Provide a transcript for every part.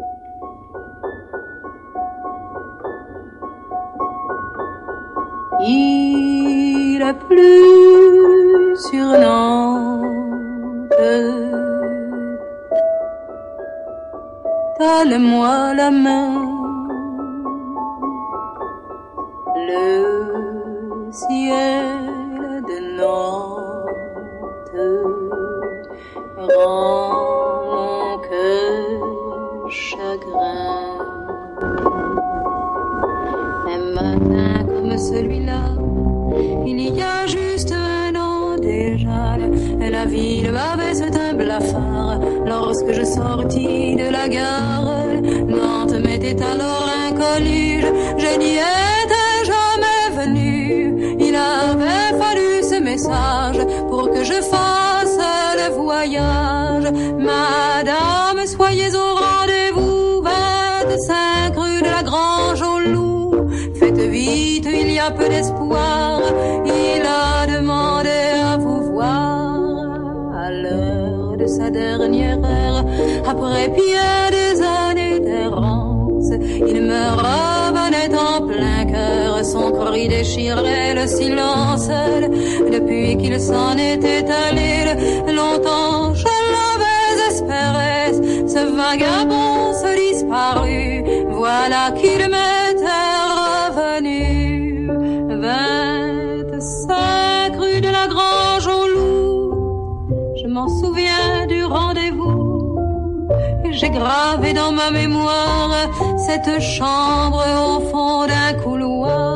Il a plu sur Nantes. Donne-moi la main. Le ciel de Nantes rend mon cœur chagrin. Un matin comme celui-là, il y a juste un an déjà, la ville m'avait ce teint blafard. Lorsque je sortis de la gare, Nantes m'était alors inconnue. Je n'y étais jamais venu. Il avait fallu ce message pour que je fasse le voyage. Madame, soyez au rendez-vous, 25 rue de la Grange au Loup. Faites vite, il y a peu d'espoir. Il a demandé à vous voir à l'heure de sa dernière heure. Après bien des années d'errance, il me revenait en plein cœur. Son cri déchirait le silence. Depuis qu'il s'en était allé, longtemps je l'avais espéré. Ce vagabond se disparut, voilà qu'il m'était revenu. 25 rue de la Grange au Loup, je m'en souviens du rendez-vous. J'ai gravé dans ma mémoire cette chambre au fond d'un couloir.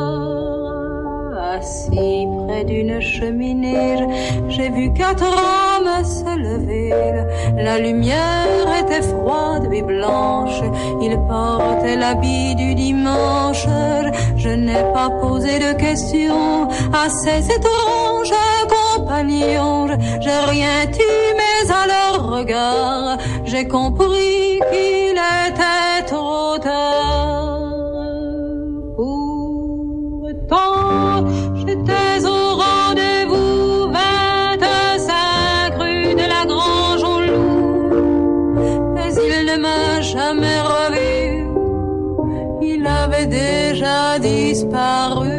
Assis près d'une cheminée, j'ai vu 4 hommes se lever. La lumière était froide et blanche. Ils portaient l'habit du dimanche. Je n'ai pas posé de questions à ces étranges compagnons. J'ai rien tu, mais à leur regard, j'ai compris qu'il était trop tard. Pourtant, j'étais au rendez-vous, 25 rue de la Grange au Loup. Mais il ne m'a jamais revu. Il avait déjà disparu.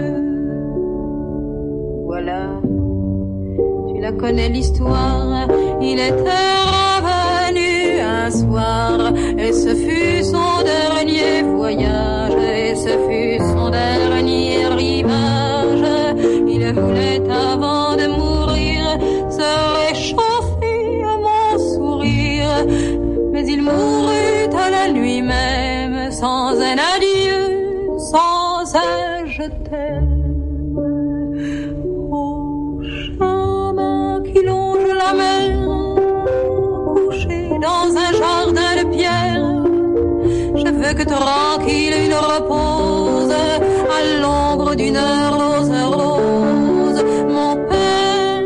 Voilà, tu la connais l'histoire. Il était revenu un soir, et ce fut son dernier voyage, et ce fut son dernier rivage. Il voulait avant de mourir se réchauffer à mon sourire, mais il mourut à la nuit même, sans un adieu, sans un je t'aime. Au chemin qui longe la mer, couché dans un jardin de pierre, je veux que tranquille il repose à l'ombre d'une rose rose. Mon père,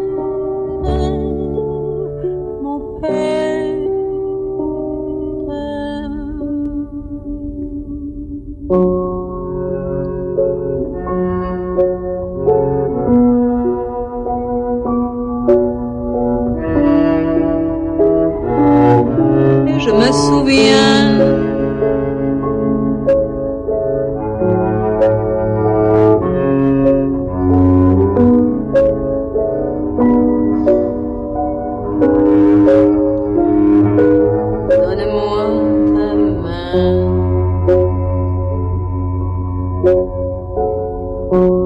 mon père. Et je me souviens Donne-moi ta main.